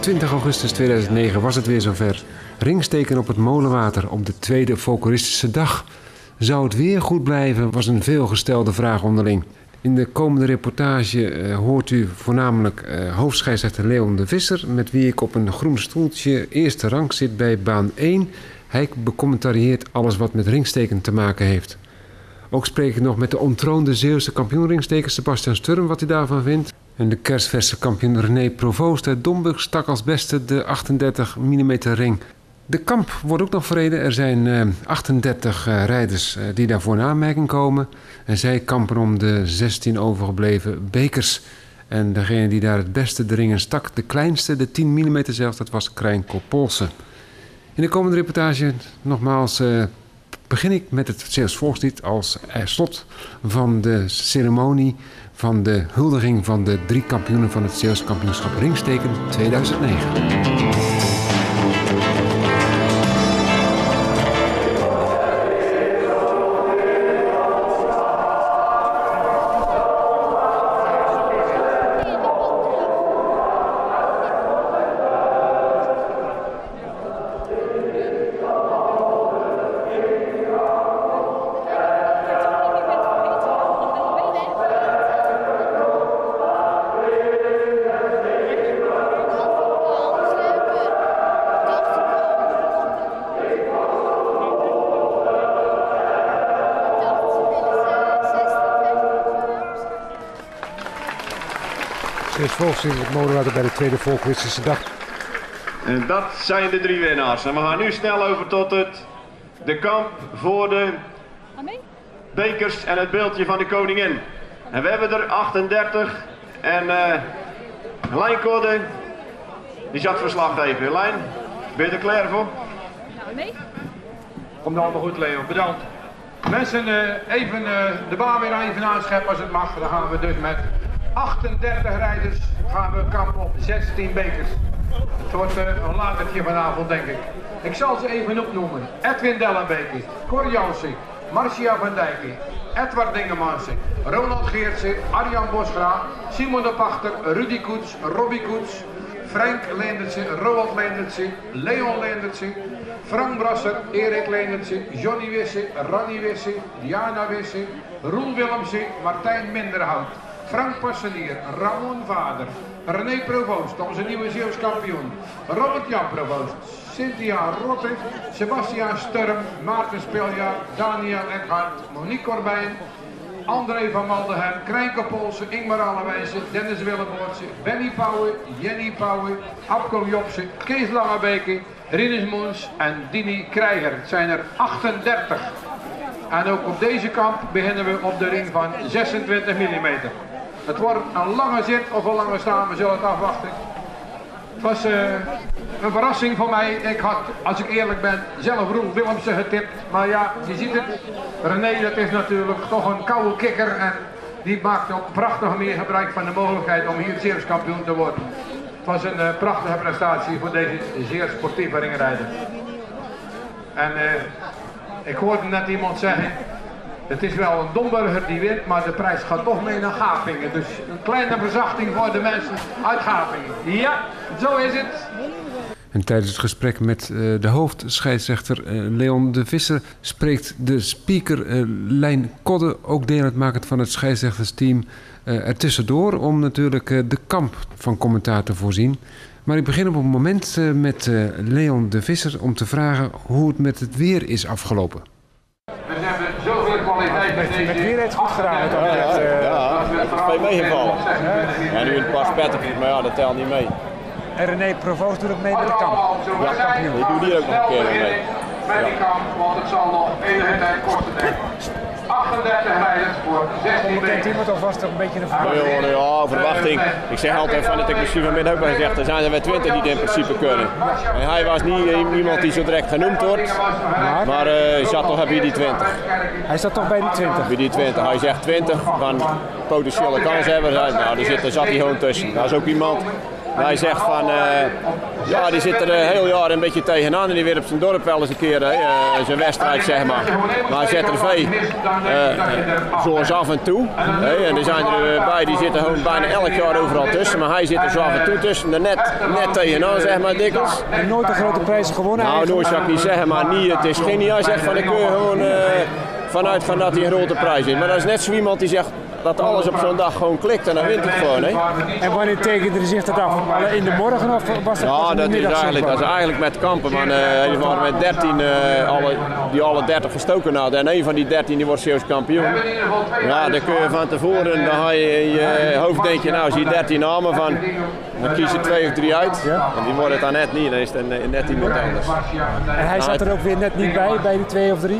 20 augustus 2009 was het weer zover. Ringsteken op het Molenwater op de tweede folkloristische dag. Zou het weer goed blijven, was een veelgestelde vraag onderling. In de komende reportage hoort u voornamelijk hoofdscheidsrechter Leon de Visser, met wie ik op een groen stoeltje eerste rang zit bij baan 1. Hij becommentarieert alles wat met ringsteken te maken heeft. Ook spreek ik nog met de ontroonde Zeeuwse kampioen ringsteken Sebastian Sturm wat hij daarvan vindt. En de kerstverse kampioen René Provoost uit Domburg stak als beste de 38 mm ring. De kamp wordt ook nog verreden. Er zijn 38 rijders die daarvoor in aanmerking komen. En zij kampen om de 16 overgebleven bekers. En degene die daar het beste de ringen stak, de kleinste, de 10 mm zelfs, dat was Krijn Kopolse. In de komende reportage nogmaals begin ik met het Zeeuws volkslied als slot van de ceremonie van de huldiging van de 3 kampioenen van het Zeeuws kampioenschap ringsteken 2009. Volgens in het Molenwater bij de tweede folkloristische dag. En dat zijn de 3 winnaars. En we gaan nu snel over tot de kamp voor de bekers en het beeldje van de koningin. En we hebben er 38. En Lijn Kodde, die zat verslag geven. Lijn, ben je er klaar voor? Nou, nee. Komt allemaal goed, Leo. Bedankt. Mensen, even de baan weer even aanscheppen als het mag. Dan gaan we dus met 38 rijders gaan we kampen op 16 bekers. Het wordt een latertje vanavond, denk ik. Ik zal ze even opnoemen. Edwin Dellenbeke, Cor Jansen, Marcia van Dijken, Edward Dingemansen, Ronald Geertsen, Arjan Bosgraaf, Simon de Pachter, Rudy Koets, Robbie Koets, Frank Leendertsen, Roald Leendertsen, Leon Leendertsen, Frank Brasser, Erik Leendertsen, Johnny Wisse, Ranny Wisse, Diana Wisse, Roel Willemsen, Martijn Minderhout, Frank Passelier, Ramon Vader, René Provoost, onze nieuwe Zeeuws kampioen, Robert-Jan Provoost, Cynthia Rotte, Sebastian Sturm, Maarten Speljaar, Daniel Eckhart, Monique Corbijn, André van Maldenhem, Krijn Kopolse, Ingmar Allewijze, Dennis Willeboortse, Benny Pauwen, Jenny Pauwen, Abko Jopse, Kees Langebeke, Rinus Moens en Dini Krijger. Het zijn er 38. En ook op deze kamp beginnen we op de ring van 26 mm. Het wordt een lange zit of een lange staan, we zullen het afwachten. Het was een verrassing voor mij. Ik had, als ik eerlijk ben, zelf Roel Willemsen getipt. Maar ja, je ziet het. René, dat is natuurlijk toch een koude kikker. En die maakt op prachtige manier gebruik van de mogelijkheid om hier Zeeuws kampioen te worden. Het was een prachtige prestatie voor deze zeer sportieve ringrijder. En ik hoorde net iemand zeggen, het is wel een Domburger die wint, maar de prijs gaat toch mee naar Gapingen. Dus een kleine verzachting voor de mensen uit Gapingen. Ja, zo is het. En tijdens het gesprek met de hoofdscheidsrechter Leon de Visser spreekt de speaker Lijn Kodde, ook deel uitmakend van het scheidsrechtersteam, ertussendoor om natuurlijk de kamp van commentaar te voorzien. Maar ik begin op een moment met Leon de Visser om te vragen hoe het met het weer is afgelopen. We hebben zoveel kwaliteit met deze... Het weer heeft goed gedaan. Ja, het is veel meegevallen. Ja, nu een paar spettertjes, maar ja, dat telt niet mee. En René Provoost doet ook mee met de kamp. Ja, die doet hier ook nog een keer mee. Bij die kamp, want het zal nog enige tijd kosten, denk ik. 38 rijders voor 16 Kent iemand alvast een beetje een verwachting? Ja, verwachting. Ik zeg altijd van, dat ik misschien vanmiddag ook al gezegd, er zijn er weer 20 die het in principe kunnen. En hij was niet iemand die zo direct genoemd wordt, maar hij zat toch bij die 20. Hij zat toch bij die 20? Bij die 20. Hij zegt 20 van potentiële kanshebbers. Nou, daar zat hij gewoon tussen. Dat is ook iemand Hij zegt van, ja, die zit er heel jaar een beetje tegenaan en die weer op zijn dorp wel eens een keer zijn wedstrijd, zeg maar. Maar ZRV, zoals af en toe. En er zijn er bij, die zitten gewoon bijna elk jaar overal tussen. Maar hij zit er zo af en toe tussen, er net tegenaan, zeg maar, dikwijls. En nooit een grote prijs gewonnen? Nou, nooit zou ik niet zeggen, maar niet, het is geen, hij zegt van, ik kun je gewoon vanuit gaan dat hij een grote prijs is. Maar dat is net zo iemand die zegt dat alles op zo'n dag gewoon klikt en dan wint het gewoon. Hè. En wanneer tekende zich dat af? In de morgen of was dat pas in de middag? Dat is eigenlijk met kampen. Man, die waren met 13 die alle 30 gestoken hadden. En een van die 13 die wordt Zeeuws kampioen. Ja, dan kun je van tevoren, dan ga je in je hoofd denk je, nou zie je 13 namen van, dan kies je 2 of 3 uit. Ja. En die worden het dan net niet, dan is het net iemand anders. En hij zat er ook weer net niet bij die 2 of 3?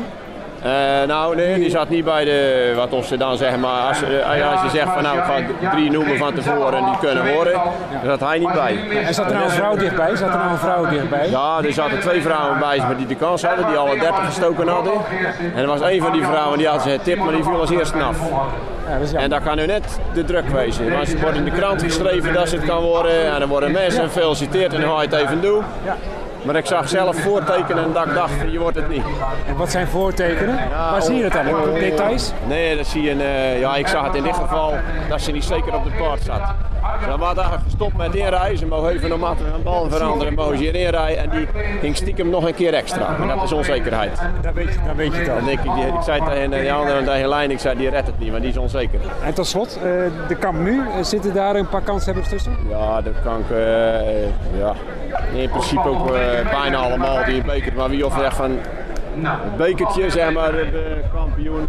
Nou nee, die zat niet bij de, wat of ze dan zeggen, maar als je zegt van nou ik ga 3 noemen van tevoren en die kunnen worden, dan zat hij niet bij. En zat er nou een vrouw dichtbij? Ja, er zaten 2 vrouwen bij maar die de kans hadden, die alle 30 gestoken hadden. En er was een van die vrouwen die had ze het tip, maar die viel als eerste af. Ja, en dat kan nu net de druk wezen. Maar het wordt in de krant geschreven dat ze het kan worden en dan worden mensen gefeliciteerd en dan ga je het even doen. Ja. Maar ik zag zelf voortekenen en dat ik dacht, je wordt het niet. En wat zijn voortekenen? Ja, waar zie je het dan? Op details? Nee, dat zie je ja, ik zag het in dit geval dat ze niet zeker op de paard zat. Ze hadden gestopt met inrijden, ze mogen even normaal een bal veranderen, mogen ze hier inrijden en die ging stiekem nog een keer extra. En dat is onzekerheid. Dat weet je het al. En ik zei tegen de andere tegen lijn, ik zei die redt het niet, maar die is onzeker. En tot slot, de kamp nu, zitten daar een paar kanshebbers tussen? Ja, dat kan ik, ja. In principe ook bijna allemaal die beker, maar wie of echt van het bekertje, zeg maar, de kampioen.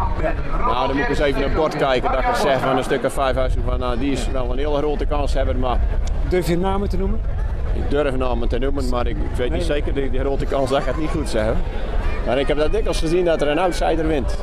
Nou, dan moet ik eens even naar het bord kijken dat ik het zeg van een stuk of 5 van, nou, die is wel een hele grote kans hebben, maar... Durf je namen te noemen? Ik durf namen te noemen, maar ik weet niet zeker, die grote kans dat ik het niet goed zeggen. Maar ik heb dat dikwijls gezien dat er een outsider wint.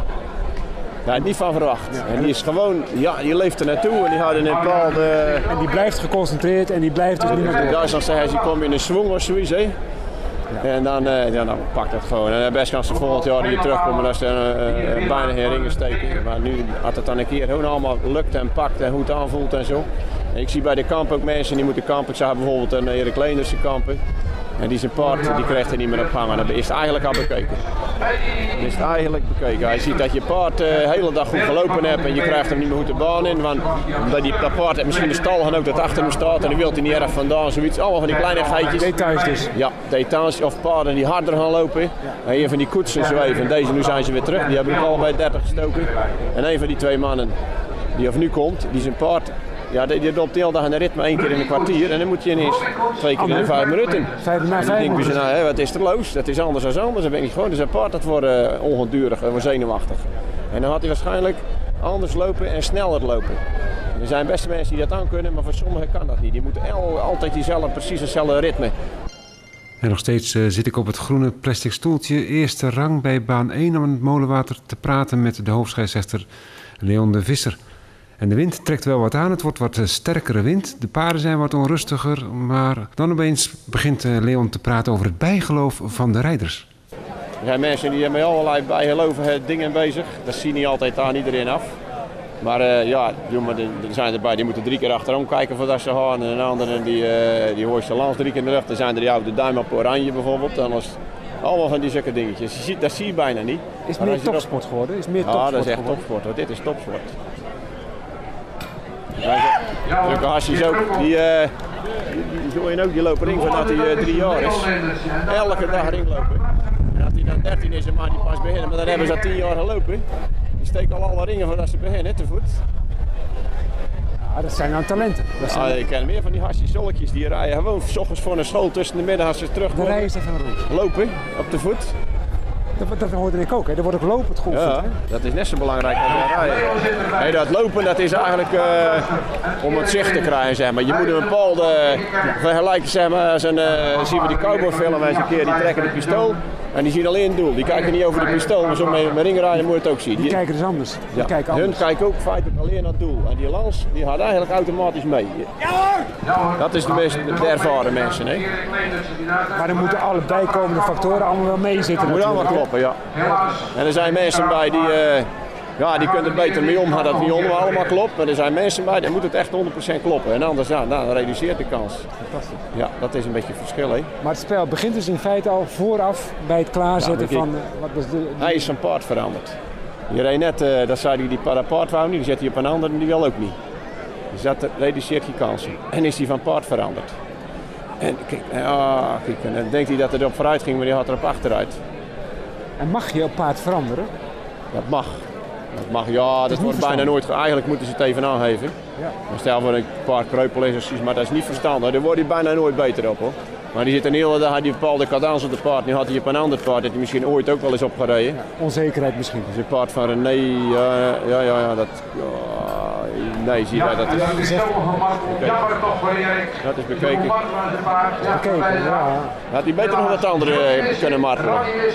Daar had ik niet van verwacht. Ja, en die is gewoon, ja, die leeft er naartoe en die houdt een bepaalde... En die blijft geconcentreerd en die blijft dus niet meer door. In Duitsland zeggen ze, kom in een swing of zoiets, hè. Ja. En dan, dan pakt het gewoon. En best kan ze volgend jaar hier terugkomen als ze bijna geen ringen steken. Maar nu had het dan een keer gewoon allemaal lukt en pakt en hoe het aanvoelt en zo. En ik zie bij de kamp ook mensen die moeten kampen. Ik zag bijvoorbeeld een Erik Leenderse kampen. En die zijn paard die krijgt er niet meer op hangen. Dat is het eigenlijk al bekeken. Dan is het eigenlijk bekeken. Hij ziet dat je paard de hele dag goed gelopen hebt en je krijgt hem niet meer goed de baan in. Want dat paard heeft misschien een stalgenoot dat achter hem staat en dan wil hij niet erg vandaan. Zoiets. Allemaal van die kleine geitjes. Details dus. Ja, details of paarden die harder gaan lopen. En een van die koetsen zo even. Deze nu zijn ze weer terug. Die hebben ook allebei 30 gestoken. En een van die 2 mannen die of nu komt, die zijn paard... Ja, die loopt de hele dag in een ritme 1 keer in een kwartier en dan moet je ineens 2 keer in de 5 minuten. Na 5 minuten. Nou, wat is er los? Dat is anders dan anders. Dan ben ik gewoon, dus een paard dat wordt ongedurig en zenuwachtig. En dan had hij waarschijnlijk anders lopen en sneller lopen. Er zijn beste mensen die dat aan kunnen, maar voor sommigen kan dat niet. Die moeten altijd precies hetzelfde ritme. En nog steeds zit ik op het groene plastic stoeltje, eerste rang bij baan 1 om het Molenwater te praten met de hoofdscheidsrechter Leon de Visser. En de wind trekt wel wat aan, het wordt wat sterkere wind. De paarden zijn wat onrustiger, maar dan opeens begint Leon te praten over het bijgeloof van de rijders. Er zijn mensen die met allerlei bijgelovige dingen bezig. Dat zie je niet altijd aan iedereen af. Maar ja, er zijn erbij die moeten 3 keer achterom kijken voordat ze gaan. En een andere die hoort zijn lans 3 keer in de lucht. Er zijn er die houden de duim op oranje bijvoorbeeld. Anders allemaal van die zulke dingetjes. Dat zie je bijna niet. Is het meer topsport geworden? Ja, dat is echt topsport, want dit is topsport. Drukke Hasjes ook, die lopen ring vanaf hij 3 jaar is. Elke dag ringlopen. En als hij dan 13 is en maar die pas beginnen, maar dan hebben ze al 10 jaar gelopen. Die steken al alle ringen voordat ze beginnen, te voet. Ja, dat zijn nou talenten. Ja, ik ken meer van die Hasjes zolkjes, die rijden gewoon 's ochtends voor een school tussen de middag als ze terugkomen. Dan rijden ze even lopen op de voet. Dat hoorde ik ook, hè? Er wordt ook lopend goed. Ja, dat is net zo belangrijk als rijden. Nee, dat lopen dat is eigenlijk om het zicht te krijgen, zeg maar. Je moet een bepaalde vergelijken, zeg maar, zien we die cowboyfilm eens een keer, die trekken de pistool en die zien alleen het doel. Die kijken niet over de pistool, maar zo met ringrijden moet je het ook zien. Die kijken dus anders. Ja, hun kijken ook feitelijk alleen naar het doel. En die lans, die gaat eigenlijk automatisch mee. Dat is de ervaren mensen, hè. Maar er moeten alle bijkomende factoren allemaal wel mee zitten. Moet allemaal kloppen, ja. En er zijn mensen bij Ja, die kunnen er beter mee om, dat het niet allemaal klopt. Maar er zijn mensen bij, dan moet het echt 100% kloppen. En anders dan reduceert de kans. Fantastisch. Ja, dat is een beetje het verschil. Hè? Maar het spel begint dus in feite al vooraf bij het klaarzetten van... Hij is zijn paard veranderd. Je reed net, dat zei die paard wou niet, die zet hij op een ander en die wil ook niet. Dus dat reduceert je kansen. En is hij van paard veranderd. En kijk, en dan denkt hij dat het erop vooruit ging, maar die had er op achteruit. En mag je op paard veranderen? Dat mag. Dat wordt bijna nooit. Eigenlijk moeten ze het even aangeven. Ja. Maar stel voor een paard kreupel is, maar dat is niet verstandig. Daar wordt hij bijna nooit beter op, hoor. Maar die zit een hele dag, die bepaalde cadans op de paard. Nu had hij op een ander paard, dat hij misschien ooit ook wel eens opgereden. Ja, onzekerheid misschien. Dus een paard van René, nee, zie je dat is... Dat is bekeken. Had hij beter nog wat andere kunnen martelen.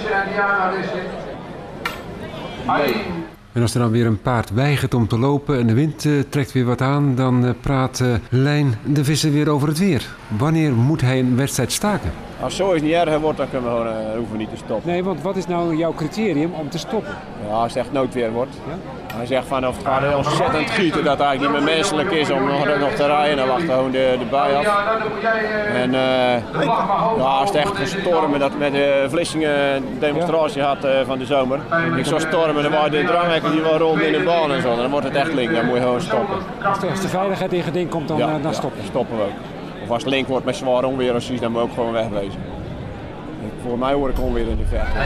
Nee. En als er dan weer een paard weigert om te lopen en de wind trekt weer wat aan, dan praat Lijn de Visser weer over het weer. Wanneer moet hij een wedstrijd staken? Als zo is niet erger wordt, dan kunnen we gewoon, hoeven we niet te stoppen. Nee, want wat is nou jouw criterium om te stoppen? Ja, als het echt noodweer wordt. Ja? Hij zegt van of het gaat heel ontzettend gieten dat het eigenlijk niet meer menselijk is om nog te rijden. Dan wacht gewoon de bui af. En als het echt stormen, dat met de Vlissingen een demonstratie had van de zomer. Ik zou stormen, dan waren de dranghekken die wel rond in de baan en zo. Dan wordt het echt link, dan moet je gewoon stoppen. Als de veiligheid in geding komt, dan stoppen. Dan stoppen we ook. Of als het link wordt met zwaar onweer of zoiets, dan moet je ook gewoon wegwezen. Voor mij hoor ik onweer in de verte.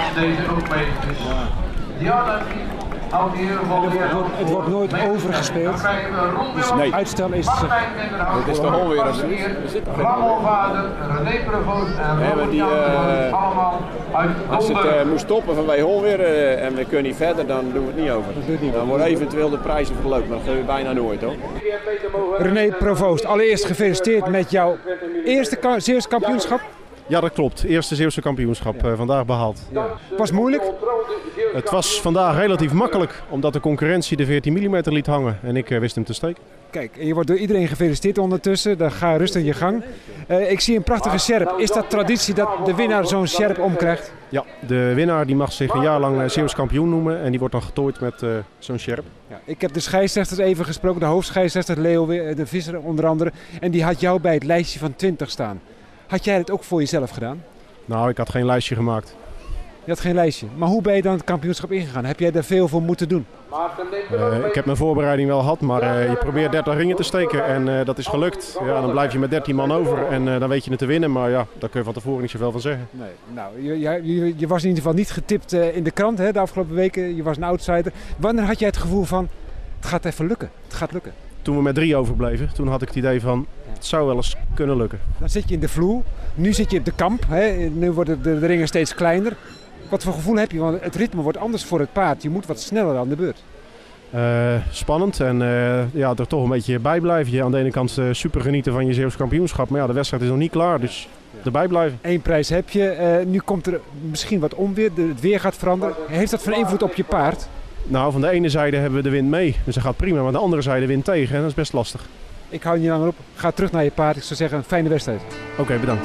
Het wordt nooit overgespeeld. Dus nee. Uitstel is... Het is toch onweer als zoiets. Er zit toch als het moet stoppen vanwege onweer en we kunnen niet verder, dan doen we het niet over. Dan worden eventueel de prijzen verlopen, maar dat geven we bijna nooit, hoor. René Provoost, allereerst gefeliciteerd met jouw eerste Zeeuwse kampioenschap. Ja, dat klopt. Eerste Zeeuwse kampioenschap vandaag behaald. Ja. Was moeilijk? Het was vandaag relatief makkelijk, omdat de concurrentie de 14 mm liet hangen en ik wist hem te steken. Kijk, je wordt door iedereen gefeliciteerd ondertussen. Dan ga rustig je gang. Ik zie een prachtige sjerp. Is dat traditie dat de winnaar zo'n sjerp omkrijgt? Ja, de winnaar die mag zich een jaar lang Zeeuws kampioen noemen en die wordt dan getooid met zo'n sjerp. Ja, ik heb de scheidsrechters even gesproken, de hoofdscheidsrechter Leo de Visser onder andere. En die had jou bij het lijstje van 20 staan. Had jij het ook voor jezelf gedaan? Nou, ik had geen lijstje gemaakt. Je had geen lijstje. Maar hoe ben je dan het kampioenschap ingegaan? Heb jij daar veel voor moeten doen? Ik heb mijn voorbereiding wel gehad, maar je probeert 30 ringen te steken en dat is gelukt. Ja, dan blijf je met 13 man over en dan weet je het te winnen, maar ja, daar kun je van tevoren niet zoveel van zeggen. Nee, nou, je was in ieder geval niet getipt in de krant de afgelopen weken. Je was een outsider. Wanneer had jij het gevoel van, het gaat even lukken, het gaat lukken? Toen we met 3 overbleven, toen had ik het idee van, het zou wel eens kunnen lukken. Dan zit je in de vloer, nu zit je op de kamp, hè? Nu worden de ringen steeds kleiner. Wat voor gevoel heb je? Want het ritme wordt anders voor het paard. Je moet wat sneller aan de beurt. Spannend en er toch een beetje bij blijven. Je aan de ene kant super genieten van je Zeeuws kampioenschap. Maar ja, de wedstrijd is nog niet klaar, dus erbij blijven. 1 prijs heb je. Nu komt er misschien wat onweer. Het weer gaat veranderen. Heeft dat van invloed op je paard? Nou, van de ene zijde hebben we de wind mee. Dus dat gaat prima. Maar aan de andere zijde wind tegen. En dat is best lastig. Ik hou je niet langer op. Ga terug naar je paard. Ik zou zeggen, een fijne wedstrijd. Oké, bedankt.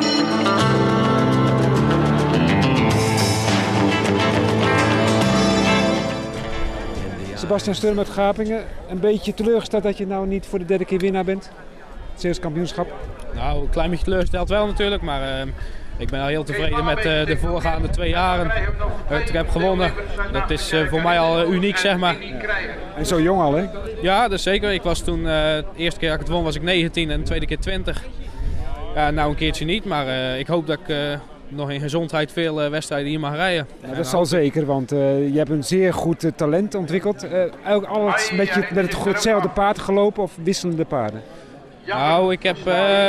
Sebastian Sturm uit Gapingen. Een beetje teleurgesteld dat je nou niet voor de 3e keer winnaar bent? Het Zeeuws kampioenschap. Nou, een klein beetje teleurgesteld wel natuurlijk, maar ik ben al heel tevreden met de voorgaande 2 jaren. Ik heb gewonnen. Dat is voor mij al uniek, zeg maar. Ja. En zo jong al, hè? Ja, dat is zeker. Ik was toen, de eerste keer dat ik het won was ik 19 en de tweede keer 20. Ja, nou een keertje niet, maar ik hoop dat ik nog in gezondheid veel wedstrijden hier mag rijden. Ja, dat zal zeker, want je hebt een zeer goed talent ontwikkeld. Eigenlijk alles met hetzelfde paard gelopen of wisselende paarden? Nou, ik heb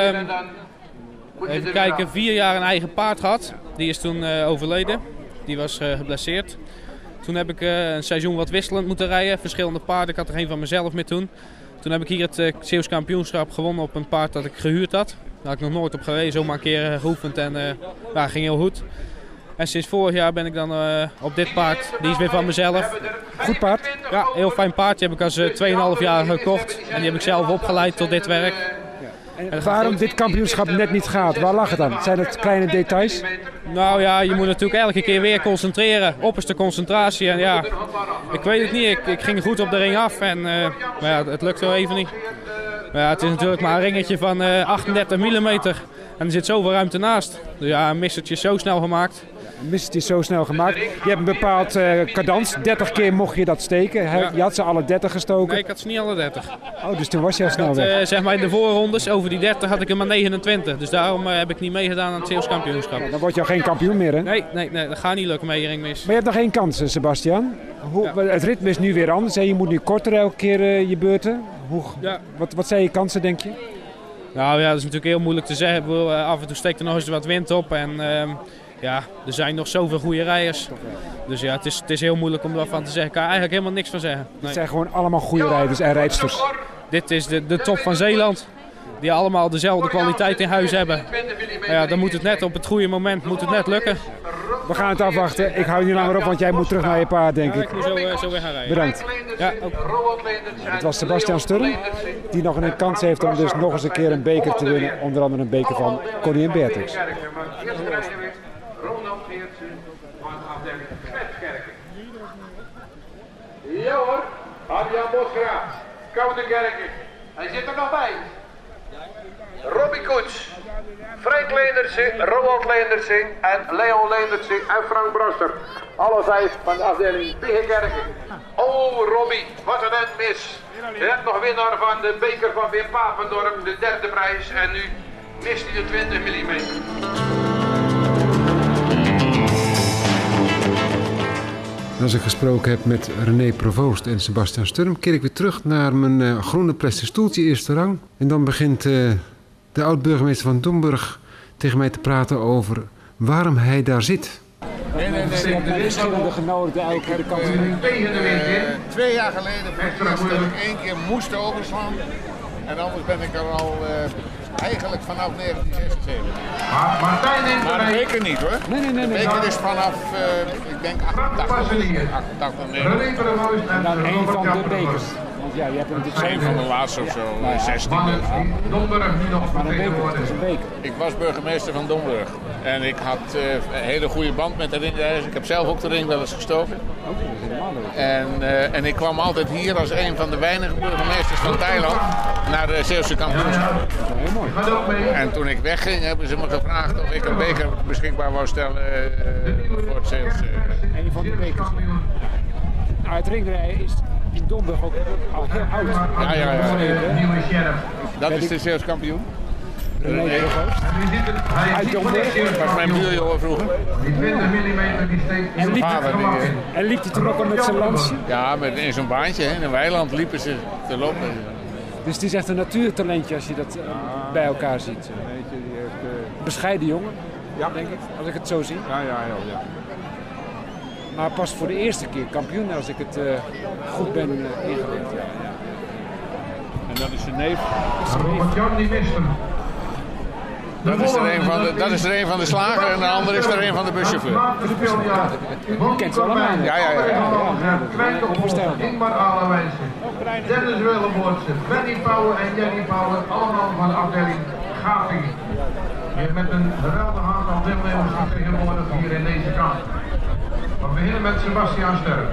even kijken, 4 jaar een eigen paard gehad. Die is toen overleden. Die was geblesseerd. Toen heb ik een seizoen wat wisselend moeten rijden. Verschillende paarden. Ik had er geen van mezelf meer toen. Toen heb ik hier het Zeeuws kampioenschap gewonnen op een paard dat ik gehuurd had. Daar had ik nog nooit op gereden, zomaar een keer geoefend en ging heel goed. En sinds vorig jaar ben ik dan op dit paard, die is weer van mezelf. Goed paard? Ja, heel fijn paard. Die heb ik als 2,5 jaar gekocht en die heb ik zelf opgeleid tot dit werk. En waarom dit kampioenschap net niet gaat? Waar lag het aan? Zijn het kleine details? Nou ja, je moet natuurlijk elke keer weer concentreren. Opperste concentratie. En ja, ik weet het niet. Ik ging goed op de ring af. En maar ja, het lukte wel even niet. Maar ja, het is natuurlijk maar een ringetje van 38 mm. En er zit zoveel ruimte naast. Dus ja, een missertje is zo snel gemaakt. Een missertje is zo snel gemaakt. Je hebt een bepaald cadans. 30 keer mocht je dat steken. Ja. Je had ze alle 30 gestoken. Nee, ik had ze niet alle 30. Oh, dus toen was je al snel weg. Zeg maar in de voorrondes, over die 30 had ik er maar 29. Dus daarom heb ik niet meegedaan aan het Zeeuws kampioenschap. Dan word je al geen kampioen meer, hè? Nee, dat gaat niet lukken met je ringmis. Maar je hebt nog één kans, Sebastian. Het ritme is nu weer anders. Hè? Je moet nu korter elke keer je beurten. Wat zijn je kansen, denk je? Nou ja, dat is natuurlijk heel moeilijk te zeggen. Af en toe steekt er nog eens wat wind op. En ja, er zijn nog zoveel goede rijders. Dus ja, het is heel moeilijk om daarvan te zeggen. Ik kan er eigenlijk helemaal niks van zeggen. Nee. Het zijn gewoon allemaal goede rijders en rijdsters. Dit is de top van Zeeland. Die allemaal dezelfde kwaliteit in huis hebben. Maar ja, dan moet het net op het goede moment lukken. We gaan het afwachten. Ik hou je niet langer op, want jij moet terug naar je paard, denk ik. Ik moet zo weer gaan rijden. Bedankt. Ja, ook. Het was Sebastian Sturm, die nog een kans heeft om dus nog eens een keer een beker te winnen. Onder andere een beker van Koningin Beatrix. Ja hoor, Adriaan Bosgraaf, Koudenkerken. Hij zit er nog bij. Robbie Koets, Frank Leendersen, Roland Leendersen en Leon Leendersen en Frank Broster. Alle 5 van de afdeling Piegenkerken. Oh Robbie, wat een end mis. Je hebt nog winnaar van de beker van Wim Papendorp, de derde prijs. En nu mist hij de 20 mm. Als ik gesproken heb met René Provoost en Sebastian Sturm, keer ik weer terug naar mijn groene plastic stoeltje eerste rang. En dan begint de oud-burgemeester van Domburg tegen mij te praten over waarom hij daar zit. Nee. Verschillende genodigden elke keer de kant. 2 jaar geleden voor het eerst dat ik 1 keer moest overslaan. En anders ben ik er al eigenlijk vanaf 1976. Maar de beker niet hoor. Nee. De beker is vanaf, ik denk 88, 90. En dan één van de bekers. Want ja, je hebt er natuurlijk Een van de laatste of zo, 16. Maar een beker, is een beker. Ik was burgemeester van Domburg. En ik had een hele goede band met de ringrijders. Ik heb zelf ook de ring wel eens gestoken. Dat is helemaal leuk. En ik kwam altijd hier als een van de weinige burgemeesters van Thailand naar de Zeeuwse kampioenschap. Heel mooi. En toen ik wegging hebben ze me gevraagd of ik een beker beschikbaar wou stellen voor het Zeeuwse. Een van de bekers. Nou, het ringrijden is in Domburg ook al heel oud. Ja. Dat is de Zeeuwse kampioen. René Provoost. Uit Domburg. Dat was mijn buurjongen vroeger. En liep hij toen ook al met zijn lansje? Ja, in zo'n baantje, in een weiland liepen ze te lopen. Dus het is echt een natuurtalentje als je dat bij elkaar ziet. Bescheiden jongen, denk ik, als ik het zo zie. Ja. Maar pas voor de eerste keer kampioen als ik het goed ben ingelicht. Ja. En dat is zijn neef. Jan die mist hem. Dat is er een van de slager en de andere is er een van de buschauffeur. Je kent ze allemaal. Ja. Ingmar Alenwijnse, Dennis Willeboortse, Benny Pauwen en Jenny Pauwen, allemaal van de afdeling Gaping. Je hebt met een geweldig aantal deelnemers vertegenwoordigd hier in deze kamp. We beginnen met Sebastian Sturm.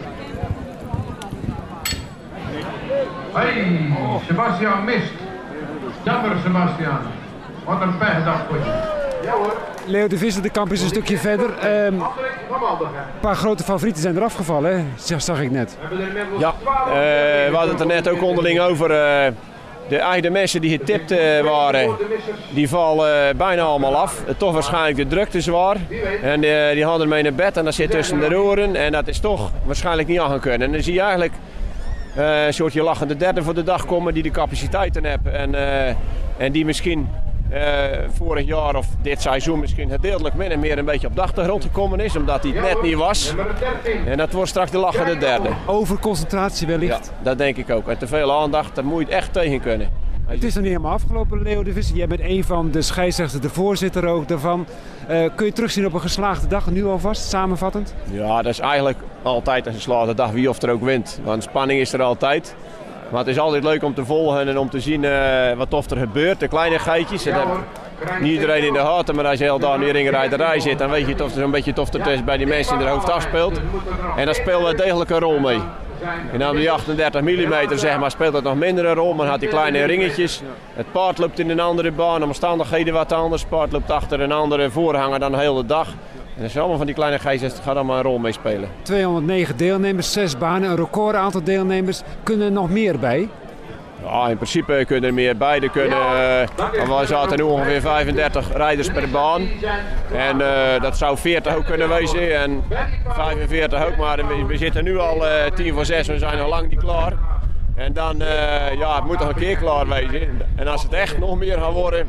Hey, Sebastian mist. Jammer Sebastian. Wat een pechdag voor je. Ja hoor. Leo de Visser, de kamp is een stukje verder. Een paar grote favorieten zijn eraf gevallen, hè? Zag ik net. Ja, we hadden het er net ook onderling over. De mensen die getipt waren, die vallen bijna allemaal af. Toch waarschijnlijk de drukte zwaar. En die hadden ermee naar bed en dat zit tussen de roeren. En dat is toch waarschijnlijk niet aan gaan kunnen. En dan zie je eigenlijk een soortje lachende derde voor de dag komen die de capaciteiten hebben. En die misschien vorig jaar of dit seizoen misschien gedeeltelijk min en meer een beetje op de achtergrond gekomen is. Omdat hij het net niet was. En dat wordt straks de lachende derde. Overconcentratie wellicht. Ja, dat denk ik ook. En te veel aandacht, daar moet je het echt tegen kunnen. Het is nog niet helemaal afgelopen, Leo de Visser. Jij bent een van de scheidsrechters, de voorzitter ook daarvan. Kun je terugzien op een geslaagde dag, nu alvast, samenvattend? Ja, dat is eigenlijk altijd een geslaagde dag, wie of er ook wint. Want spanning is er altijd. Maar het is altijd leuk om te volgen en om te zien wat of er gebeurt, de kleinigheidjes. niet iedereen in de gaten, maar als je heel daar in de ringrijderij zit, dan weet je toch zo'n beetje of het is bij die mensen in de hoofd afspeelt. En dat speelt wel degelijk een rol mee. En dan die 38 mm zeg maar, speelt dat nog minder een rol, maar dan had die kleine ringetjes. Het paard loopt in een andere baan, de omstandigheden wat anders. Het paard loopt achter een andere voorhanger dan de hele dag. En dat is allemaal van die kleine geestjes, gaat allemaal een rol mee spelen. 209 deelnemers, 6 banen, een record aantal deelnemers. Kunnen er nog meer bij? Ja, in principe kunnen er meer bij. We zaten nu ongeveer 35 rijders per baan. En dat zou 40 ook kunnen wezen en 45 ook. Maar we zitten nu al 5:50, we zijn nog lang niet klaar. En dan, het moet nog een keer klaar wezen. En als het echt nog meer gaat worden,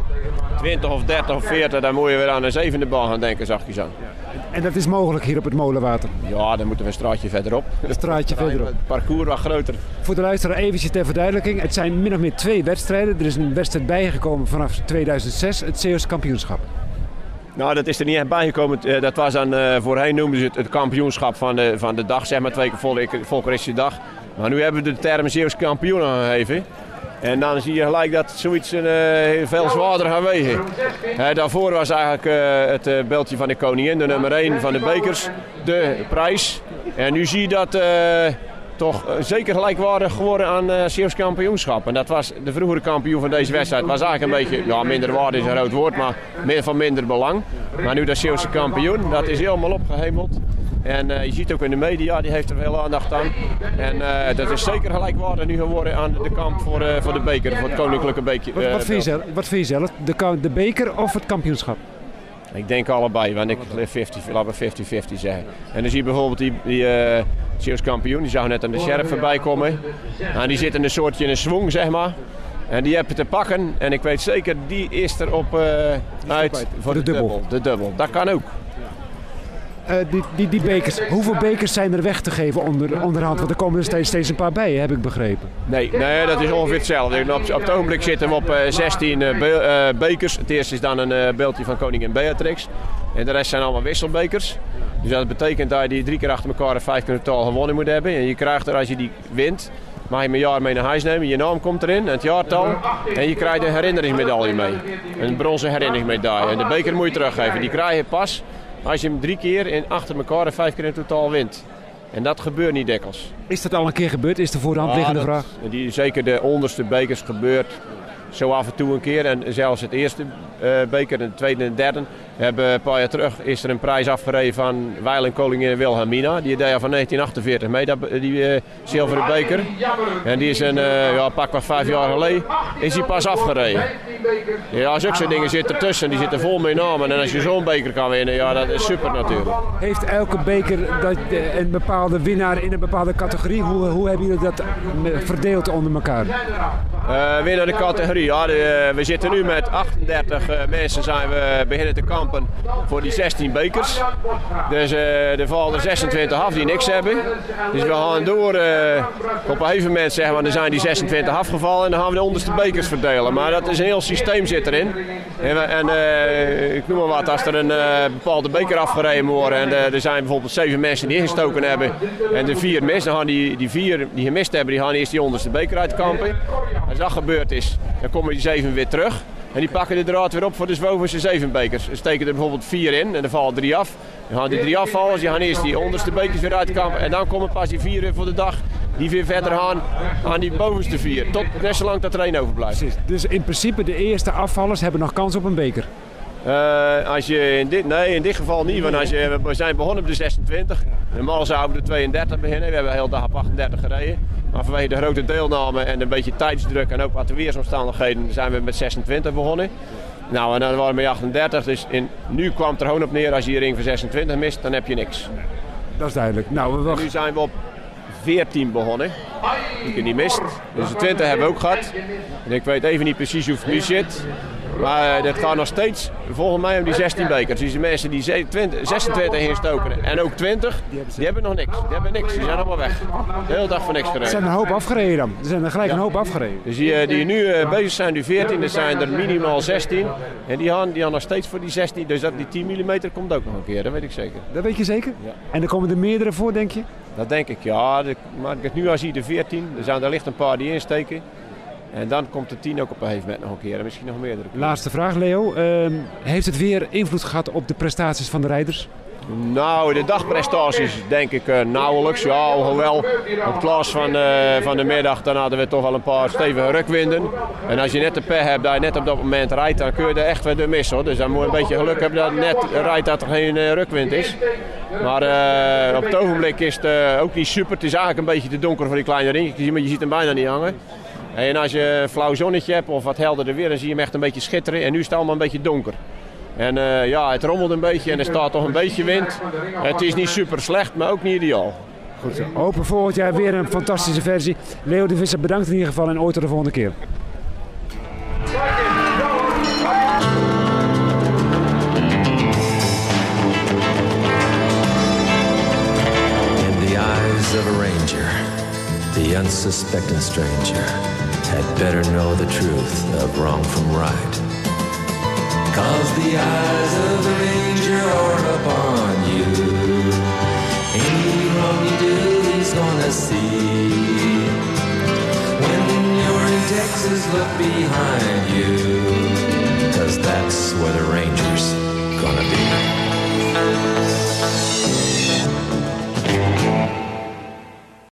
20 of 30 of 40, dan moet je weer aan een 7e baan gaan denken, zachtjes aan. En dat is mogelijk hier op het Molenwater? Ja, dan moeten we een straatje verderop. Een straatje verderop. Het parcours wat groter. Voor de luisteraar eventjes ter verduidelijking. Het zijn min of meer 2 wedstrijden. Er is een wedstrijd bijgekomen vanaf 2006, het Zeeuws kampioenschap. Nou, dat is er niet echt bijgekomen. Dat was dan, voorheen noemden ze het kampioenschap van de dag, zeg maar 2 keer folkloristische dag. Maar nu hebben we de term Zeeuws kampioen aangegeven. En dan zie je gelijk dat zoiets veel zwaarder gaat wegen. Daarvoor was eigenlijk het beltje van de koningin, de nummer 1 van de bekers, de prijs. En nu zie je dat toch zeker gelijkwaardig geworden aan Zeeuws kampioenschap. En dat was de vroegere kampioen van deze wedstrijd. Was eigenlijk een beetje, ja, minder waarde is een groot woord, maar van minder belang. Maar nu dat Zeeuwse kampioen, dat is helemaal opgehemeld. En je ziet ook in de media, die heeft er veel aandacht aan. En dat is zeker gelijkwaardig nu geworden aan de kamp voor de beker, voor het koninklijke beker. Wat vind je zelf? De beker of het kampioenschap? Ik denk allebei, want laten we 50-50 zeggen. En dan zie je bijvoorbeeld die Zeeuws kampioen, die zag net aan de sheriff voorbij komen. Nou, die zit in een soortje in een zwang, zeg maar. En die heb je te pakken. En ik weet zeker, die is erop uit voor de dubbel. De dubbel, dat kan ook. Die bekers, hoeveel bekers zijn er weg te geven onderhand? Want er komen er steeds een paar bij, heb ik begrepen. Nee, dat is ongeveer hetzelfde. Op het ogenblik zitten we op 16 bekers. Het eerste is dan een beeldje van koningin Beatrix. En de rest zijn allemaal wisselbekers. Dus dat betekent dat je 3 keer achter elkaar 5 keer totaal gewonnen moet hebben. En je krijgt er, als je die wint, mag je hem een jaar mee naar huis nemen. Je naam komt erin, het jaartal. En je krijgt een herinneringsmedaille mee. Een bronzen herinneringsmedaille. En de beker moet je teruggeven. Die krijg je pas als je hem 3 keer achter elkaar 5 keer in totaal wint. En dat gebeurt niet dikwijls. Is dat al een keer gebeurd? Is de voor de hand liggende vraag? Zeker de onderste bekers gebeurt zo af en toe een keer. En zelfs het eerste beker, de tweede en de derde. We hebben een paar jaar terug is er een prijs afgereden van Wijlen koningin Wilhelmina. Die deed al van 1948 mee, die zilveren beker. En die is pakweg 5 jaar geleden is die pas afgereden. Ja, zulke dingen zitten ertussen, die zitten vol met namen. En als je zo'n beker kan winnen, ja, dat is super natuurlijk. Heeft elke beker een bepaalde winnaar in een bepaalde categorie? Hoe hebben jullie dat verdeeld onder elkaar? Winnaar de categorie, ja, we zitten nu met 38 mensen zijn we beginnen te kampen voor die 16 bekers. Dus er vallen er 26 af die niks hebben. Dus we gaan door, op een gegeven moment zeggen we, er zijn die 26 afgevallen en dan gaan we de onderste bekers verdelen. Maar dat is een heel systeem zit erin. En ik noem maar wat, als er een bepaalde beker afgereden moet worden en er zijn bijvoorbeeld 7 mensen die ingestoken hebben en de 4 mis, dan gaan die 4 die gemist hebben, die gaan eerst die onderste beker uitkampen. Als dat gebeurd is, dan komen die 7 weer terug. En die pakken de draad weer op voor de bovenste 7 bekers. Ze steken er bijvoorbeeld 4 in en er vallen 3 af. Dan gaan die 3 afvallen, die gaan eerst die onderste bekers weer uitkampen. En dan komen pas die 4 weer voor de dag. Die weer verder gaan aan die bovenste 4. Tot net zolang dat er 1 overblijft. Precies. Dus in principe de eerste afvallers hebben nog kans op een beker? In dit geval niet, want we zijn begonnen op de 26. Normaal zouden we op de 32 beginnen. We hebben de hele dag op 38 gereden. Maar vanwege de grote deelname en een beetje tijdsdruk en ook wat de weersomstandigheden zijn we met 26 begonnen. Nou, en dan waren we met 38, dus nu kwam het er gewoon op neer, als je je ring van 26 mist, dan heb je niks. Dat is duidelijk. Nou, nu zijn we op 14 begonnen, die ik niet mist. Dus de 20 hebben we ook gehad. En ik weet even niet precies hoe het nu zit. Maar het gaat nog steeds, volgens mij, om die 16 bekers. Dus die mensen die 26 instoken en ook 20, die hebben nog niks. Die hebben niks, die zijn allemaal weg. De hele dag voor niks gereden. Er zijn een hoop afgereden dan. Er zijn er gelijk een hoop afgereden. Dus die nu bezig zijn, die 14, er zijn er minimaal 16. En die gaan nog steeds voor die 16. Dus die 10 mm komt ook nog een keer, dat weet ik zeker. Dat weet je zeker? Ja. En er komen er meerdere voor, denk je? Dat denk ik, ja. Maar nu als je de 14, er ligt een paar die insteken. En dan komt de 10 ook op een gegeven moment nog een keer en misschien nog meerdere keer. Laatste vraag, Leo. Heeft het weer invloed gehad op de prestaties van de rijders? Nou, de dagprestaties denk ik nauwelijks. Ja, alhoewel op het klas van de middag dan hadden we toch wel een paar stevige rukwinden. En als je net de pech hebt dat je net op dat moment rijdt, dan kun je er echt weer missen. Hoor. Dus dan moet je een beetje geluk hebben dat je net rijdt dat er geen rukwind is. Maar op het ogenblik is het ook niet super. Het is eigenlijk een beetje te donker voor die kleine ringetjes, maar je ziet hem bijna niet hangen. En als je een flauw zonnetje hebt of wat helderder weer, dan zie je hem echt een beetje schitteren. En nu is het allemaal een beetje donker. En ja, het rommelt een beetje en er staat toch een beetje wind. Het is niet super slecht, maar ook niet ideaal. Goed zo. Hopen volgend jaar weer een fantastische versie. Leo de Visser, bedankt in ieder geval en ooit tot de volgende keer. In the eyes of a ranger, the unsuspecting stranger had better know the truth of wrong from right. 'Cause the eyes of the ranger are upon you. Any wrong you do, he's gonna see. When you're in Texas, look behind you, 'cause that's where the ranger